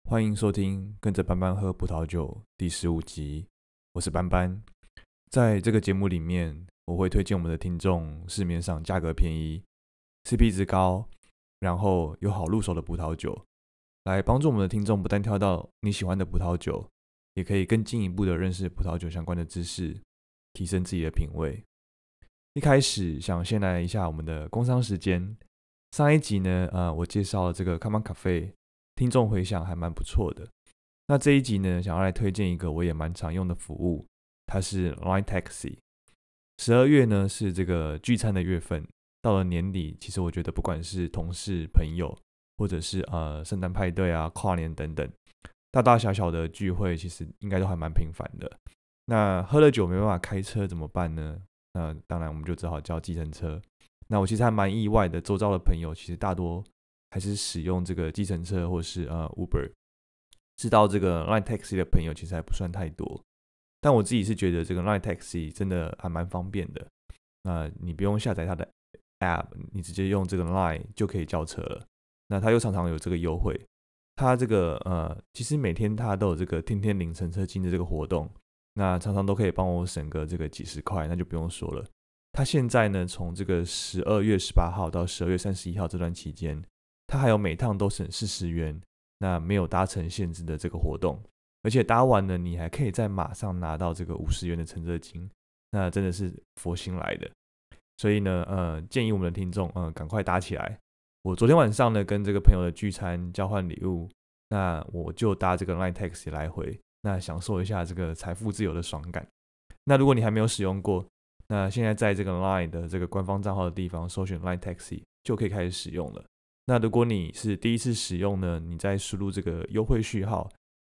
欢迎收听《跟着班班喝葡萄酒》第15集，我是班班。在这个节目里面，我会推荐我们的听众市面上价格便宜、CP 值高，然后有好入手的葡萄酒，来帮助我们的听众不但挑到你喜欢的葡萄酒，也可以更进一步的认识葡萄酒相关的知识，提升自己的品味。一开始想先来一下我们的工商时间。上一集呢，我介绍了这个 Common Cafe， 听众回响还蛮不错的。那这一集呢，想要来推荐一个我也蛮常用的服务，它是 Line Taxi。12月呢是这个聚餐的月份，到了年底，其实我觉得不管是同事、朋友，或者是圣诞派对啊、跨年等等，大大小小的聚会，其实应该都还蛮频繁的。那喝了酒没办法开车怎么办呢？那当然我们就只好叫计程车。那我其实还蛮意外的，周遭的朋友其实大多还是使用这个计程车或是Uber。知道这个 Line Taxi 的朋友其实还不算太多，但我自己是觉得这个 Line Taxi 真的还蛮方便的。那你不用下载它的 App， 你直接用这个 Line 就可以叫车了。那它又常常有这个优惠，它这个其实每天它都有这个天天领乘车金的这个活动，那常常都可以帮我省个这个几十块，那就不用说了。它现在呢，从这个12月18号到12月31号这段期间，它还有每趟都省40元，那没有搭乘限制的这个活动，而且搭完呢，你还可以再马上拿到这个50元的乘车金，那真的是佛心来的。所以呢，建议我们的听众，赶快搭起来。我昨天晚上呢，跟这个朋友的聚餐交换礼物，那我就搭这个 Line Taxi 来回，那享受一下这个财富自由的爽感。那如果你还没有使用过，那现在在这个 Line 的这个官方账号的地方搜寻 Line Taxi 就可以开始使用了。那如果你是第一次使用呢，你再输入这个优惠序号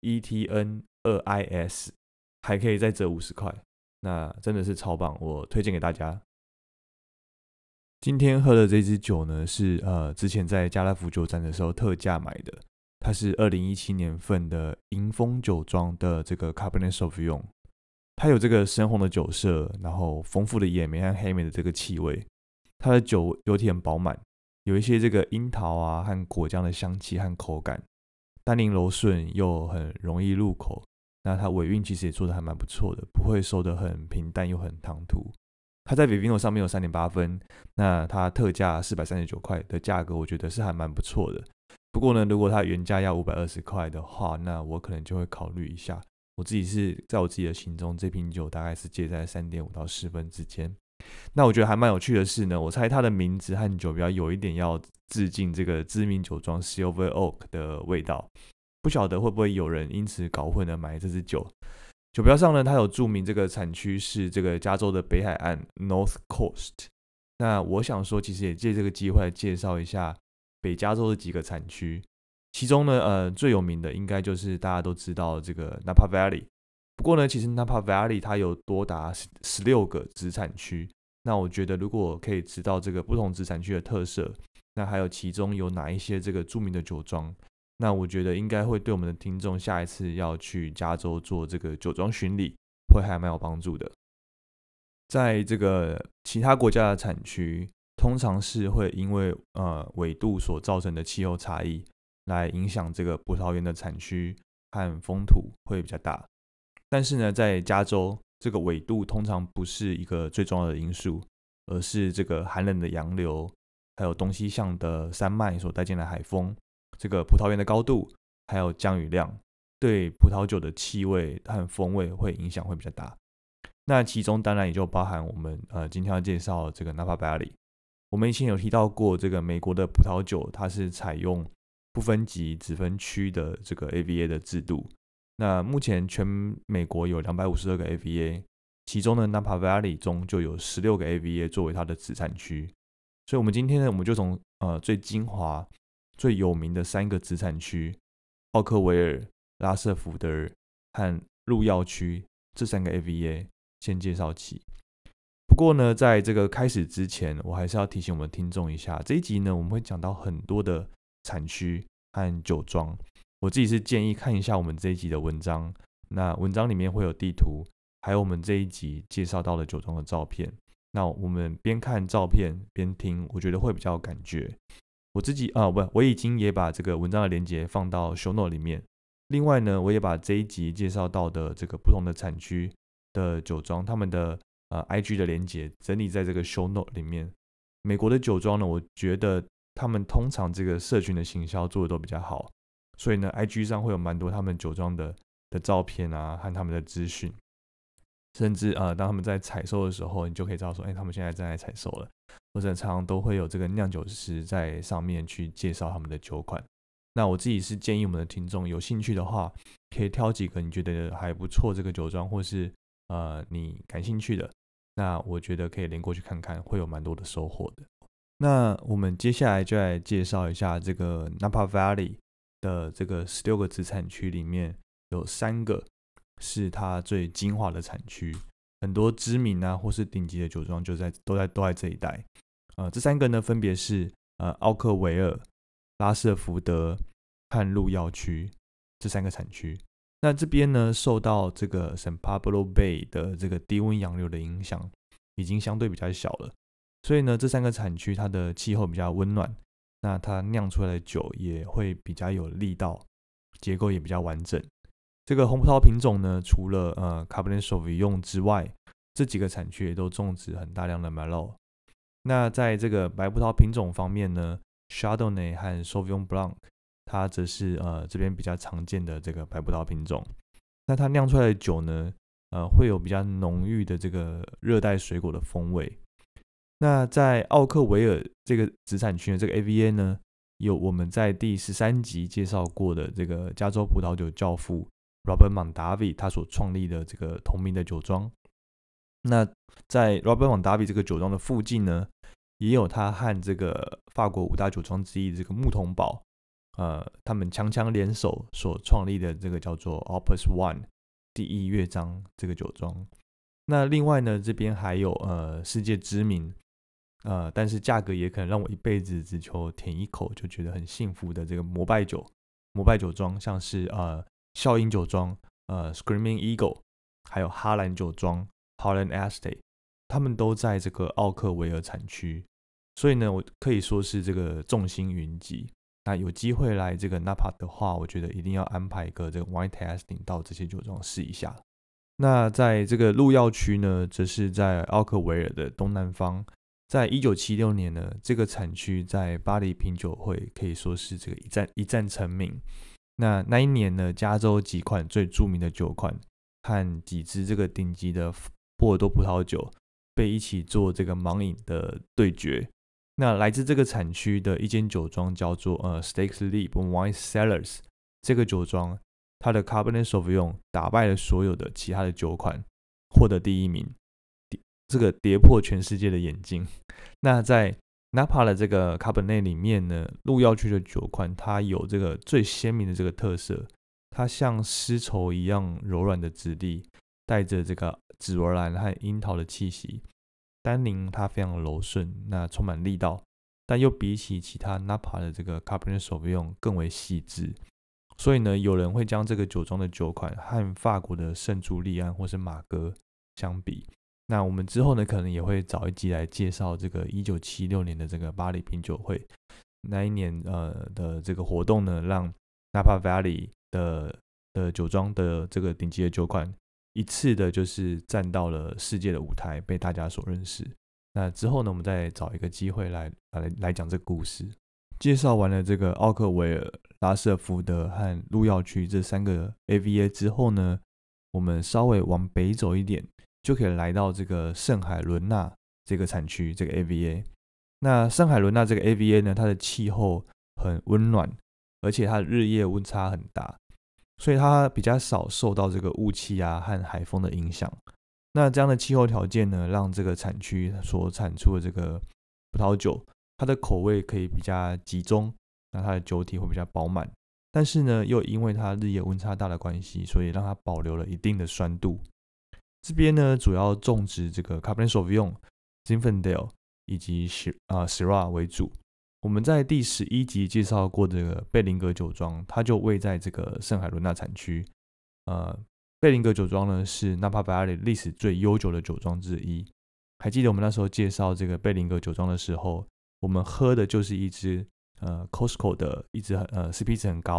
ETN2IS， 还可以再折50块，那真的是超棒，我推荐给大家。今天喝的这支酒呢，是之前在家乐福酒展的时候特价买的，它是2017年份的迎风酒庄的这个 Cabernet Sauvignon。它有这个深红的酒色，然后丰富的野莓和黑莓的这个气味。它的酒油体很饱满，有一些这个樱桃啊和果酱的香气和口感，单宁柔顺又很容易入口。那它尾韵其实也做得还蛮不错的，不会收得很平淡又很唐突。它在 Vivino 上面有3.8分，那它特价439块的价格，我觉得是还蛮不错的。不过呢，如果它原价要520块的话，那我可能就会考虑一下。我自己是在我自己的心中，这瓶酒大概是介在3.5到4分之间。那我觉得还蛮有趣的是呢，我猜它的名字和酒标有一点要致敬这个知名酒庄 Silver Oak 的味道，不晓得会不会有人因此搞混了买这支酒。酒标上呢，它有注明这个产区是这个加州的北海岸 North Coast。那我想说，其实也借这个机会来介绍一下北加州的几个产区。其中呢，最有名的应该就是大家都知道这个 Napa Valley。不过呢，其实 Napa Valley 它有多达16个子产区。那我觉得，如果可以知道这个不同子产区的特色，那还有其中有哪一些这个著名的酒庄，那我觉得应该会对我们的听众下一次要去加州做这个酒庄巡礼，会还蛮有帮助的。在这个其他国家的产区，通常是会因为纬度所造成的气候差异，来影响这个葡萄园的产区和风土会比较大。但是呢，在加州，这个纬度通常不是一个最重要的因素，而是这个寒冷的洋流，还有东西向的山脉所带进来的海风，这个葡萄园的高度，还有降雨量，对葡萄酒的气味和风味会影响会比较大。那其中当然也就包含我们今天要介绍的这个 Napa Valley。我们以前有提到过，这个美国的葡萄酒它是采用不分级只分区的这个 AVA 的制度。那目前全美国有252个 AVA， 其中呢 Napa Valley 中就有16个 AVA 作为它的子产区。所以我们今天呢，我们就从最精华、最有名的3个子产区奥克维尔、拉瑟福德和路耀区这3个 AVA 先介绍起。不过呢，在这个开始之前，我还是要提醒我们听众一下，这一集呢，我们会讲到很多的产区和酒庄。我自己是建议看一下我们这一集的文章，那文章里面会有地图，还有我们这一集介绍到的酒庄的照片。那我们边看照片边听，我觉得会比较有感觉。我自己我已经也把这个文章的连结放到 show note 里面， 另外呢，我也把这一集介绍到的这个不同的产区的酒庄，他们的IG 的连结整理在这个 show note 里面。美国的酒庄呢，我觉得他们通常这个社群的行销做的都比较好，所以呢 IG 上会有蛮多他们酒庄的照片啊和他们的资讯，甚至当他们在采收的时候，你就可以知道说，他们现在正在采收了，或者常常都会有这个酿酒师在上面去介绍他们的酒款。那我自己是建议我们的听众有兴趣的话，可以挑几个你觉得还不错这个酒庄，或是你感兴趣的，那我觉得可以连过去看看，会有蛮多的收获的。那我们接下来就来介绍一下这个 Napa Valley 的这个16个子产区里面有3个是它最精华的产区，很多知名啊或是顶级的酒庄都在这一带。这3个呢分别是奥克维尔、拉瑟福德和路耀区这3个产区。那这边呢受到这个 San Pablo Bay 的这个低温洋流的影响，已经相对比较小了，所以呢这3个产区它的气候比较温暖，那它酿出来的酒也会比较有力道，结构也比较完整。这个红葡萄品种呢，除了Cabernet Sauvignon 之外，这几个产区也都种植很大量的 Merlot。那在这个白葡萄品种方面呢， Chardonnay 和 Sauvignon Blanc 它则是这边比较常见的这个白葡萄品种。那它酿出来的酒呢，会有比较浓郁的这个热带水果的风味。那在奥克维尔这个子产区的这个 AVA 呢，有我们在第13集介绍过的这个加州葡萄酒教父 Robert Mondavi 他所创立的这个同名的酒庄。那在 Robert Mondavi 这个酒庄的附近呢，也有他和这个法国5大酒庄之一的这个木桶堡，他们强强联手所创立的这个叫做 Opus One 第1乐章这个酒庄。那另外呢，这边还有世界知名，但是价格也可能让我一辈子只求舔一口就觉得很幸福的这个摩拜酒庄，像是笑鹰酒庄、Screaming Eagle， 还有哈兰酒庄 Holland Estate， 他们都在这个奥克维尔产区，所以呢，我可以说是这个众星云集。那有机会来这个 Napa 的话，我觉得一定要安排一个这个 wine tasting 到这些酒庄试一下。那在这个路耀区呢，则是在奥克维尔的东南方。在1976年呢，这个产区在巴黎品酒会可以说是这个一战成名。那一年呢，加州几款最著名的酒款和几支这个顶级的波尔多葡萄酒被一起做这个盲饮的对决。那来自这个产区的一间酒庄叫做Stakes Leap Wine Cellars， 这个酒庄它的 Cabernet Sauvignon 打败了所有的其他的酒款，获得第1名，这个跌破全世界的眼镜。那在 Napa 的这个 Cabernet 里面呢，路耀区的酒款它有这个最鲜明的这个特色，它像丝绸一样柔软的质地，带着这个紫罗兰和樱桃的气息。单宁它非常柔顺，那充满力道，但又比起其他 Napa 的这个 Cabernet Sauvignon 更为细致。所以呢，有人会将这个酒庄的酒款和法国的圣朱利安或是马哥相比。那我们之后呢，可能也会找一集来介绍这个1976年的这个巴黎品酒会。那一年的这个活动呢，让 Napa Valley 的酒庄的这个顶级的酒款一次的就是站到了世界的舞台，被大家所认识。那之后呢，我们再找一个机会来讲这个故事。介绍完了这个奥克维尔、拉瑟福德和路耀区这3个 AVA 之后呢，我们稍微往北走一点，就可以来到这个圣海伦娜这个产区，这个 AVA。那圣海伦娜这个 AVA 呢，它的气候很温暖，而且它的日夜温差很大，所以它比较少受到这个雾气啊和海风的影响。那这样的气候条件呢，让这个产区所产出的这个葡萄酒，它的口味可以比较集中，那它的酒体会比较饱满，但是呢，又因为它日夜温差大的关系，所以让它保留了一定的酸度。这边呢，主要种植这个 Cabernet Sauvignon、Zinfandel 以及Syrah 为主。我们在第11集介绍过这个贝林格酒庄，它就位在这个圣海伦娜产区。贝林格酒庄呢是 Napa Valley 历史最悠久的酒庄之一。还记得我们那时候介绍这个贝林格酒庄的时候，我们喝的就是一支Costco 的一支CP 值很高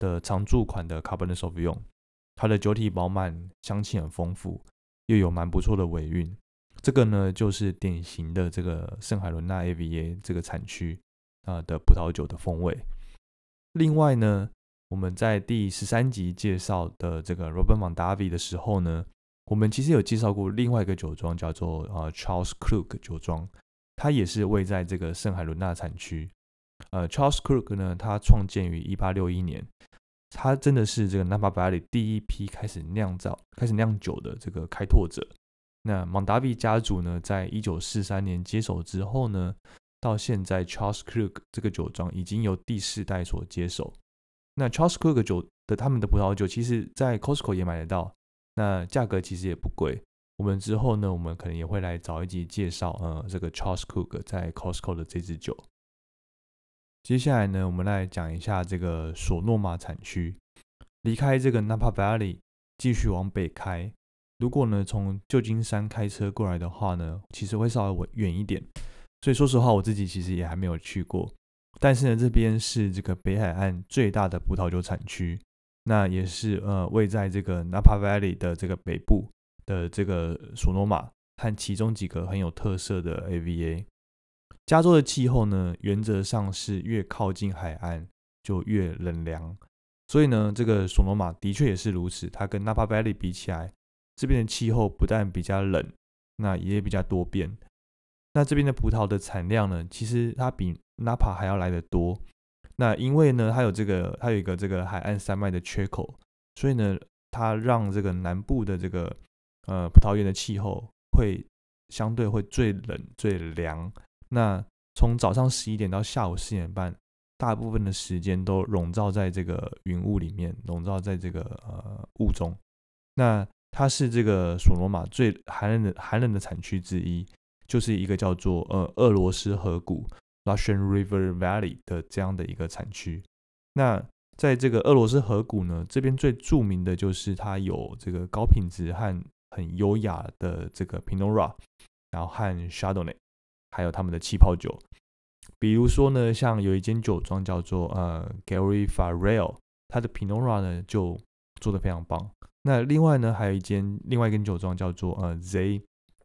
的常驻款的 Cabernet Sauvignon， 它的酒体饱满，香气很丰富，又有蛮不错的尾韵。这个呢就是典型的这个圣海伦娜 AVA 这个产区的葡萄酒的风味。另外呢，我们在第13集介绍的这个 Robert Mondavi 的时候呢，我们其实有介绍过另外一个酒庄叫做Charles Krug 酒庄，它也是位在这个圣海伦娜产区。Charles Krug 呢，他创建于1861年，他真的是这个 Napa Valley 第一批开始酿酒的这个开拓者。那 Mondavi 家族呢，在1943年接手之后呢，到现在 Charles Krug 这个酒庄已经由第4代所接手。那 Charles Krug 他们的葡萄酒，其实在 Costco 也买得到，那价格其实也不贵。我们之后呢，我们可能也会来找一集介绍这个 Charles Krug 在 Costco 的这支酒。接下来呢，我们来讲一下这个索诺玛产区。离开这个 Napa Valley， 继续往北开。如果呢从旧金山开车过来的话呢，其实会稍微远一点，所以说实话我自己其实也还没有去过。但是呢，这边是这个北海岸最大的葡萄酒产区，那也是位在这个 Napa Valley 的这个北部的这个索诺玛和其中几个很有特色的 AVA。加州的气候呢，原则上是越靠近海岸就越冷凉，所以呢，这个索诺玛的确也是如此。它跟 Napa Valley 比起来，这边的气候不但比较冷，那也比较多变。那这边的葡萄的产量呢，其实它比 Napa 还要来得多。那因为呢，它有一个这个海岸山脉的缺口，所以呢，它让这个南部的这个葡萄园的气候会相对会最冷最凉。那从早上11点到下午4点半，大部分的时间都笼罩在这个云雾里面，笼罩在这个雾中。那它是这个索诺玛最寒冷的产区之一，就是一个叫做俄罗斯河谷 Russian River Valley 的这样的一个产区。那在这个俄罗斯河谷呢，这边最著名的就是它有这个高品质和很优雅的这个 Pinot Noir， 然后和 Chardonnay， 还有他们的气泡酒。比如说呢，像有一间酒庄叫做Gary Farrell， 它的 Pinot Noir 呢就做得非常棒。那另外呢，还有另外一间酒庄叫做Z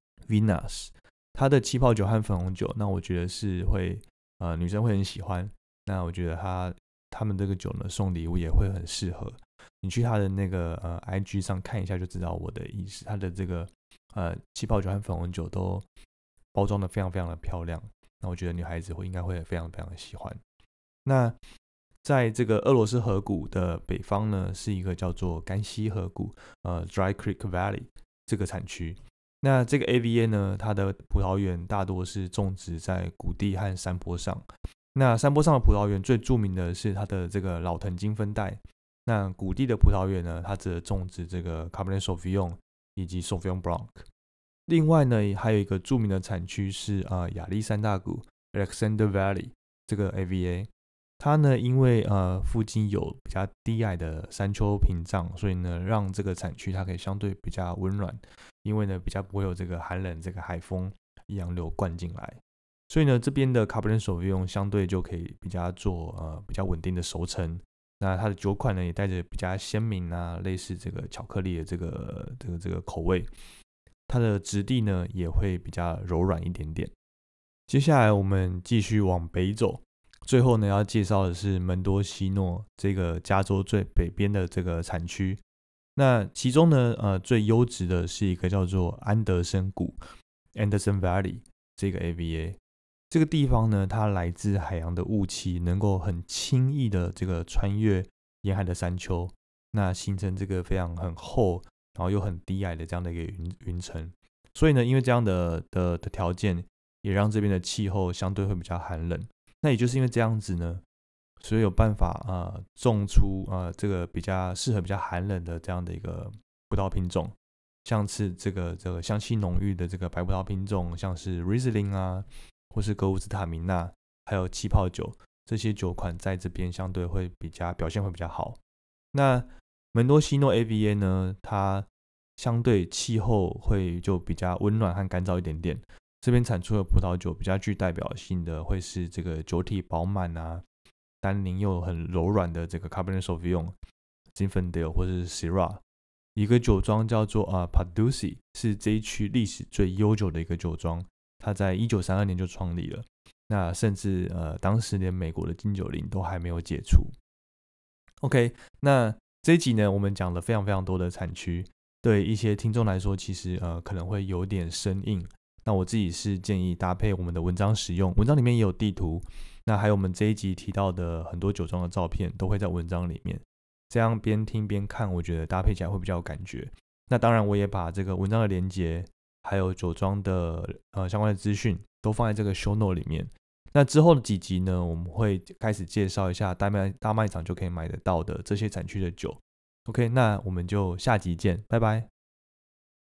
Vinas， 它的气泡酒和粉红酒，那我觉得是女生会很喜欢。那我觉得他们这个酒呢，送礼物也会很适合。你去他的那个IG 上看一下就知道我的意思。他的这个气泡酒和粉红酒都包装的非常非常的漂亮，那我觉得女孩子应该会非常非常的喜欢。那在这个俄罗斯河谷的北方呢，是一个叫做甘溪河谷Dry Creek Valley 这个产区。那这个 AVA 呢，它的葡萄园大多是种植在谷地和山坡上。那山坡上的葡萄园最著名的是它的这个老藤精分带。那谷地的葡萄园呢，它则种植这个 Cabernet Sauvignon 以及 Sauvignon Blanc。另外呢，还有一个著名的产区是亚历山大谷 Alexander Valley 这个 AVA。它呢，因为附近有比较低矮的山丘屏障，所以呢，让这个产区它可以相对比较温暖，因为呢，比较不会有这个寒冷这个海风洋流灌进来，所以呢，这边的 Cabernet Sauvignon 相对就可以比较做比较稳定的熟成。那它的酒款呢，也带着比较鲜明类似这个巧克力的这个口味。它的质地呢，也会比较柔软一点点。接下来我们继续往北走。最后呢，要介绍的是门多西诺这个加州最北边的这个产区。那其中呢，最优质的是一个叫做安德森谷 （Anderson Valley） 这个 AVA。这个地方呢，它来自海洋的雾气，能够很轻易的这个穿越沿海的山丘，那形成这个非常很厚，然后又很低矮的这样的一个云层。所以呢，因为这样的条件，也让这边的气候相对会比较寒冷。那也就是因为这样子呢，所以有办法种出这个比较适合比较寒冷的这样的一个葡萄品种，像是这个香气浓郁的这个白葡萄品种，像是 Riesling 或是格伍兹塔明娜，还有气泡酒，这些酒款在这边相对会表现会比较好。那门多西诺 AVA 呢，它相对气候会就比较温暖和干燥一点点。这边产出的葡萄酒比较具代表性的会是这个酒体饱满单宁又很柔软的这个 Cabernet Sauvignon、Zinfandel 或者是 Syrah。一个酒庄叫做Pardussi， 是这一区历史最悠久的一个酒庄，它在1932年就创立了。那甚至当时连美国的禁酒令都还没有解除。OK， 那这一集呢，我们讲了非常非常多的产区，对一些听众来说，其实可能会有点生硬。那我自己是建议搭配我们的文章使用，文章里面也有地图，那还有我们这一集提到的很多酒庄的照片都会在文章里面，这样边听边看，我觉得搭配起来会比较有感觉。那当然我也把这个文章的连结还有酒庄的相关的资讯都放在这个 show note 里面。那之后的几集呢，我们会开始介绍一下大卖场就可以买得到的这些产区的酒。OK， 那我们就下集见，拜拜。